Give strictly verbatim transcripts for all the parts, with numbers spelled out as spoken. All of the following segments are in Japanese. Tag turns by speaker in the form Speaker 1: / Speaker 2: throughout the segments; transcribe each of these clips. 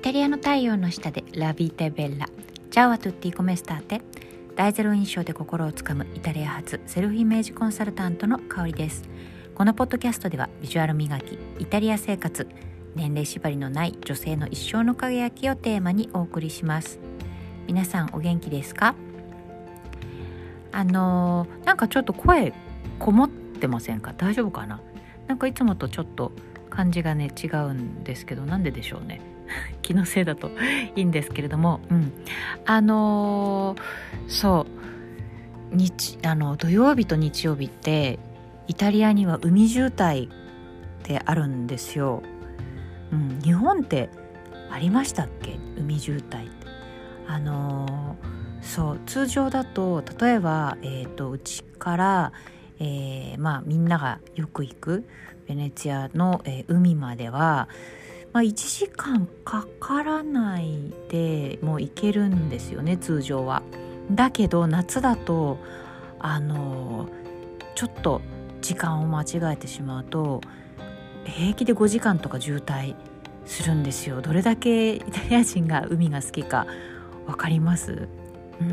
Speaker 1: タリアの太陽の下でラビータベッラチャオアトゥッティコメスターテ。大ゼロ印象で心をつかむイタリア発セルフイメージコンサルタントの香りです。このポッドキャストではビジュアル磨き、イタリア生活、年齢縛りのない女性の一生の輝きをテーマにお送りします。皆さんお元気ですか？あのー、なんかちょっと声こもってませんか？大丈夫かな？なんかいつもとちょっと感じがね違うんですけど、なんででしょうね。気のせいだといいんですけれども、うん、あのー、そう日あの土曜日と日曜日ってイタリアには海渋滞ってあるんですよ、うん、日本ってありましたっけ？海渋滞ってあのー、そう通常だと例えば、えーと、うちから、えーまあ、みんながよく行くベネツィアの、えー、海まではまあ、いちじかんかからないでもう行けるんですよね、通常は。だけど夏だとあのちょっと時間を間違えてしまうと平気でごじかんとか渋滞するんですよ。どれだけイタリア人が海が好きかわかります？うん、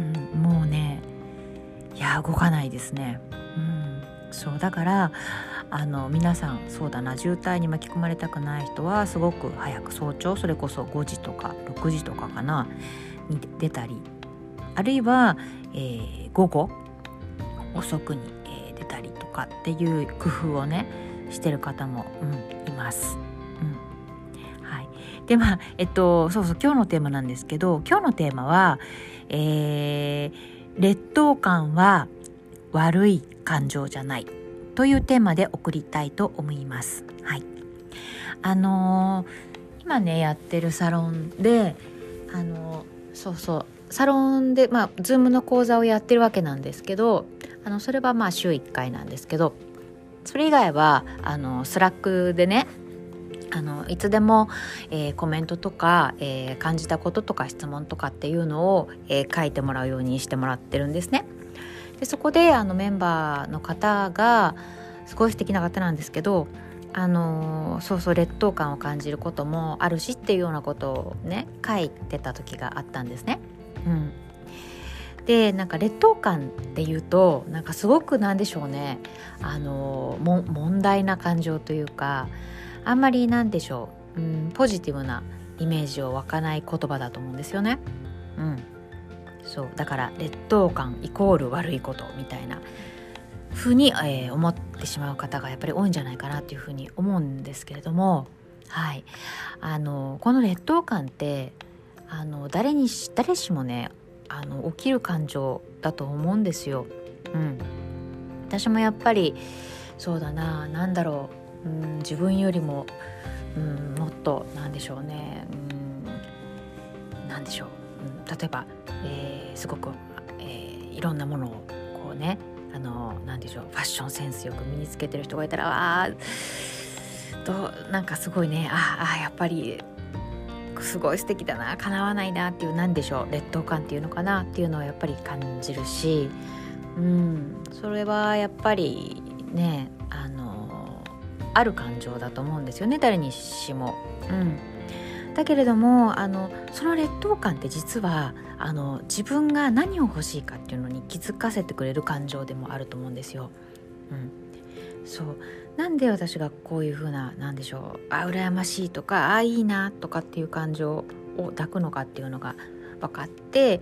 Speaker 1: もうねいや動かないですね。うん、そうだからあの皆さんそうだな、渋滞に巻き込まれたくない人はすごく早く早朝、それこそごじとかろくじとかかなに出たり、あるいは、えー、午後遅くに、えー、出たりとかっていう工夫をねしてる方も、うん、います、うんはい、でまあえっとそうそう今日のテーマなんですけど、今日のテーマは、えー、劣等感は悪い感情じゃないというテーマで送りたいと思います。はい。あのー、今ねやってるサロンで、あのー、そうそうサロンでまあズームの講座をやってるわけなんですけど、あのそれはまあ週いっかいなんですけど、それ以外はあのスラックでね、あのいつでも、えー、コメントとか、えー、感じたこととか質問とかっていうのを、えー、書いてもらうようにしてもらってるんですね。でそこであのメンバーの方がすごい素敵な方なんですけど、あのー、そうそう劣等感を感じることもあるしっていうようなことをね書いてた時があったんですね、うん、でなんか劣等感っていうとなんかすごくなんでしょうね、あのー、も問題な感情というか、あんまりなんでしょう、うん、ポジティブなイメージを湧かない言葉だと思うんですよね。うんそうだから劣等感イコール悪いことみたいなふうに、えー、思ってしまう方がやっぱり多いんじゃないかなっていうふうに思うんですけれども、はい、あのこの劣等感ってあの誰にし誰しもねあの起きる感情だと思うんですよ、うん、私もやっぱりそうだな、なんだろう、うん、自分よりも、うん、もっとなんでしょうね、うん、なんでしょう、うん、例えばえー、すごく、えー、いろんなものをこうねあのなんでしょうファッションセンスよく身につけてる人がいたら、あーとなんかすごいね、ああやっぱりすごい素敵だな、叶わないなっていう、なんでしょう劣等感っていうのかなっていうのはやっぱり感じるし、うんそれはやっぱりねあのある感情だと思うんですよね、誰にしも。うんだけれどもあのその劣等感って実はあの自分が何を欲しいかっていうのに気づかせてくれる感情でもあると思うんですよ、うん、そうなんで私がこういう風ななんでしょう、あ羨ましいとかあいいなとかっていう感情を抱くのかっていうのが分かって、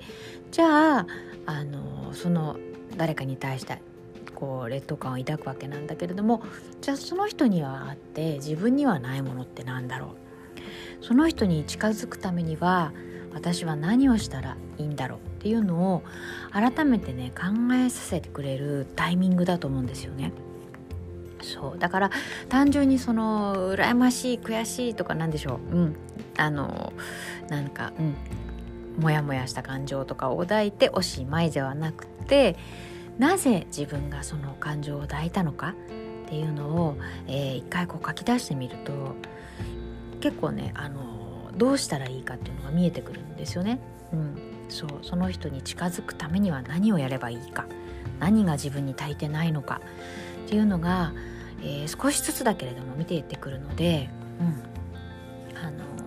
Speaker 1: じゃあ、あのその誰かに対してこう劣等感を抱くわけなんだけれども、じゃあその人にはあって自分にはないものってなんだろう、その人に近づくためには私は何をしたらいいんだろうっていうのを改めてね考えさせてくれるタイミングだと思うんですよね。そうだから単純にその羨ましい悔しいとかなんでしょう、うん、あのなんか、うん、モヤモヤした感情とかを抱いておしまいではなくて、なぜ自分がその感情を抱いたのかっていうのを、えー、一回こう書き出してみると結構ねあのどうしたらいいかっていうのが見えてくるんですよね、うん、そうその人に近づくためには何をやればいいか、何が自分に足りてないのかっていうのが、えー、少しずつだけれども見ていってくるので、うん、あの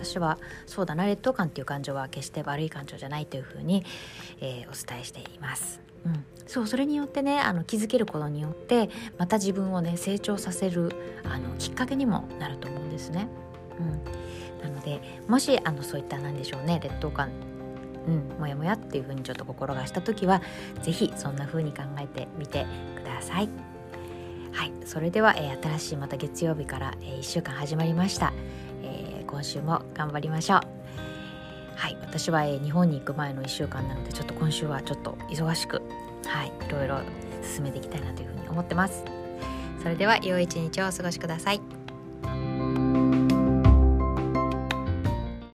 Speaker 1: 私はそうだな、劣等感っていう感情は決して悪い感情じゃないというふうに、えー、お伝えしています。うん、そうそれによってね、あの気づけることによってまた自分をね成長させるあのきっかけにもなると思うんですね。うん、なのでもしあのそういったなんでしょうね、劣等感、うん、もやもやっていう風にちょっと心がした時はぜひそんな風に考えてみてください。はい、それでは、えー、新しいまた月曜日から、えー、いっしゅうかん始まりました。えー、今週も頑張りましょう。はい、私は、えー、日本に行く前のいっしゅうかんなのでちょっと今週はちょっと忙しく、はい、いろいろ進めていきたいなというふうに思ってます。それでは良い一日をお過ごしください。